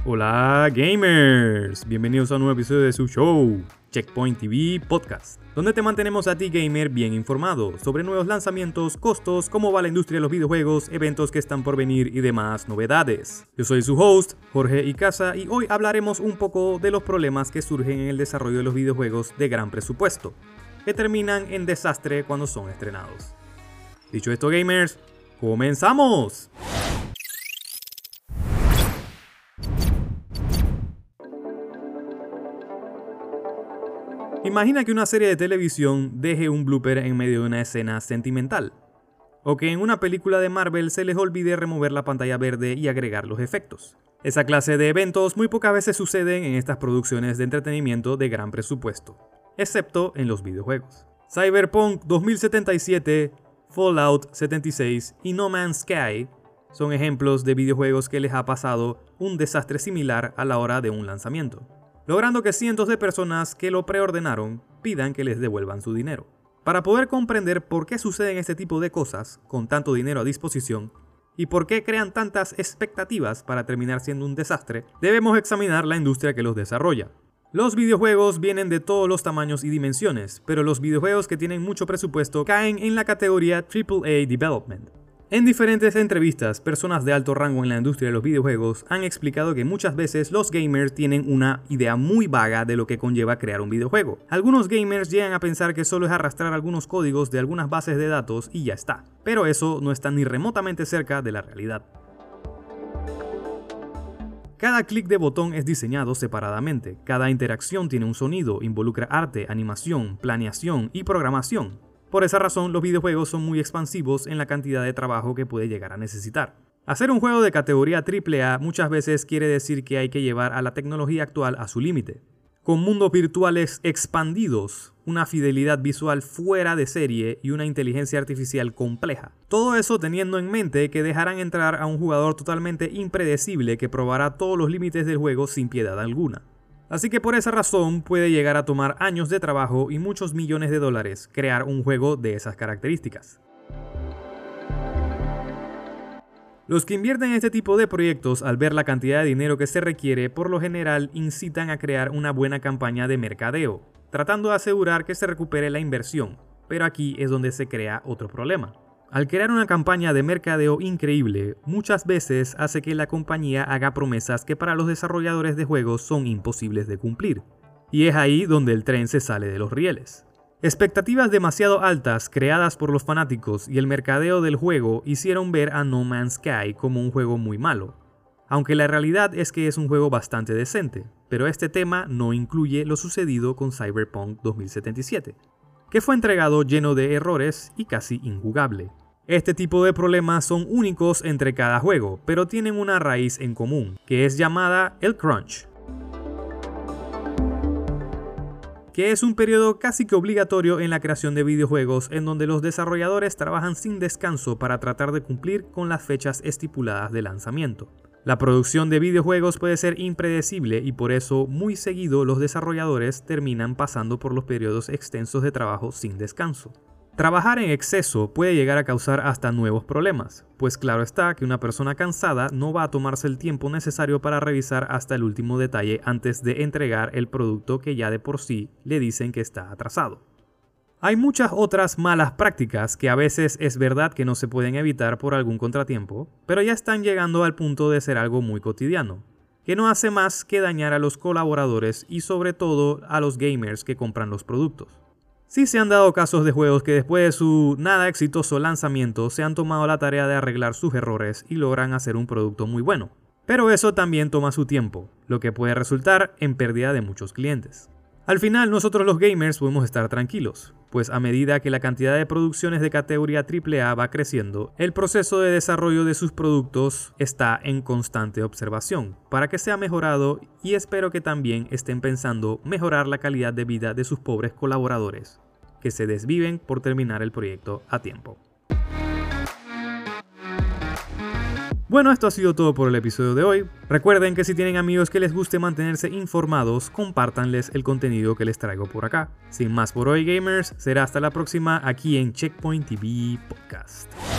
Hola gamers, bienvenidos a un nuevo episodio de su show, Checkpoint TV Podcast, donde te mantenemos a ti gamer bien informado sobre nuevos lanzamientos, costos, cómo va la industria de los videojuegos, eventos que están por venir y demás novedades. Yo soy su host, Jorge Icaza, y hoy hablaremos un poco de los problemas que surgen en el desarrollo de los videojuegos de gran presupuesto, que terminan en desastre cuando son estrenados. Dicho esto gamers, ¡comenzamos! Imagina que una serie de televisión deje un blooper en medio de una escena sentimental, o que en una película de Marvel se les olvide remover la pantalla verde y agregar los efectos. Esa clase de eventos muy pocas veces suceden en estas producciones de entretenimiento de gran presupuesto, excepto en los videojuegos. Cyberpunk 2077, Fallout 76 y No Man's Sky son ejemplos de videojuegos que les ha pasado un desastre similar a la hora de un lanzamiento, logrando que cientos de personas que lo preordenaron pidan que les devuelvan su dinero. Para poder comprender por qué suceden este tipo de cosas con tanto dinero a disposición y por qué crean tantas expectativas para terminar siendo un desastre, debemos examinar la industria que los desarrolla. Los videojuegos vienen de todos los tamaños y dimensiones, pero los videojuegos que tienen mucho presupuesto caen en la categoría AAA Development. En diferentes entrevistas, personas de alto rango en la industria de los videojuegos han explicado que muchas veces los gamers tienen una idea muy vaga de lo que conlleva crear un videojuego. Algunos gamers llegan a pensar que solo es arrastrar algunos códigos de algunas bases de datos y ya está, pero eso no está ni remotamente cerca de la realidad. Cada clic de botón es diseñado separadamente, cada interacción tiene un sonido, involucra arte, animación, planeación y programación. Por esa razón, los videojuegos son muy expansivos en la cantidad de trabajo que puede llegar a necesitar. Hacer un juego de categoría AAA muchas veces quiere decir que hay que llevar a la tecnología actual a su límite. Con mundos virtuales expandidos, una fidelidad visual fuera de serie y una inteligencia artificial compleja. Todo eso teniendo en mente que dejarán entrar a un jugador totalmente impredecible que probará todos los límites del juego sin piedad alguna. Así que por esa razón puede llegar a tomar años de trabajo y muchos millones de dólares crear un juego de esas características. Los que invierten en este tipo de proyectos al ver la cantidad de dinero que se requiere por lo general incitan a crear una buena campaña de mercadeo, tratando de asegurar que se recupere la inversión, pero aquí es donde se crea otro problema. Al crear una campaña de mercadeo increíble, muchas veces hace que la compañía haga promesas que para los desarrolladores de juegos son imposibles de cumplir. Y es ahí donde el tren se sale de los rieles. Expectativas demasiado altas creadas por los fanáticos y el mercadeo del juego hicieron ver a No Man's Sky como un juego muy malo. Aunque la realidad es que es un juego bastante decente, pero este tema no incluye lo sucedido con Cyberpunk 2077, que fue entregado lleno de errores y casi injugable. Este tipo de problemas son únicos entre cada juego, pero tienen una raíz en común, que es llamada el crunch, que es un periodo casi que obligatorio en la creación de videojuegos en donde los desarrolladores trabajan sin descanso para tratar de cumplir con las fechas estipuladas de lanzamiento. La producción de videojuegos puede ser impredecible y por eso muy seguido los desarrolladores terminan pasando por los periodos extensos de trabajo sin descanso. Trabajar en exceso puede llegar a causar hasta nuevos problemas, pues claro está que una persona cansada no va a tomarse el tiempo necesario para revisar hasta el último detalle antes de entregar el producto que ya de por sí le dicen que está atrasado. Hay muchas otras malas prácticas que a veces es verdad que no se pueden evitar por algún contratiempo, pero ya están llegando al punto de ser algo muy cotidiano, que no hace más que dañar a los colaboradores y sobre todo a los gamers que compran los productos. Sí se han dado casos de juegos que después de su nada exitoso lanzamiento se han tomado la tarea de arreglar sus errores y logran hacer un producto muy bueno, pero eso también toma su tiempo, lo que puede resultar en pérdida de muchos clientes. Al final nosotros los gamers podemos estar tranquilos, pues a medida que la cantidad de producciones de categoría AAA va creciendo, el proceso de desarrollo de sus productos está en constante observación para que sea mejorado y espero que también estén pensando mejorar la calidad de vida de sus pobres colaboradores, que se desviven por terminar el proyecto a tiempo. Bueno, esto ha sido todo por el episodio de hoy. Recuerden que si tienen amigos que les guste mantenerse informados, compártanles el contenido que les traigo por acá. Sin más por hoy, gamers, será hasta la próxima aquí en Checkpoint TV Podcast.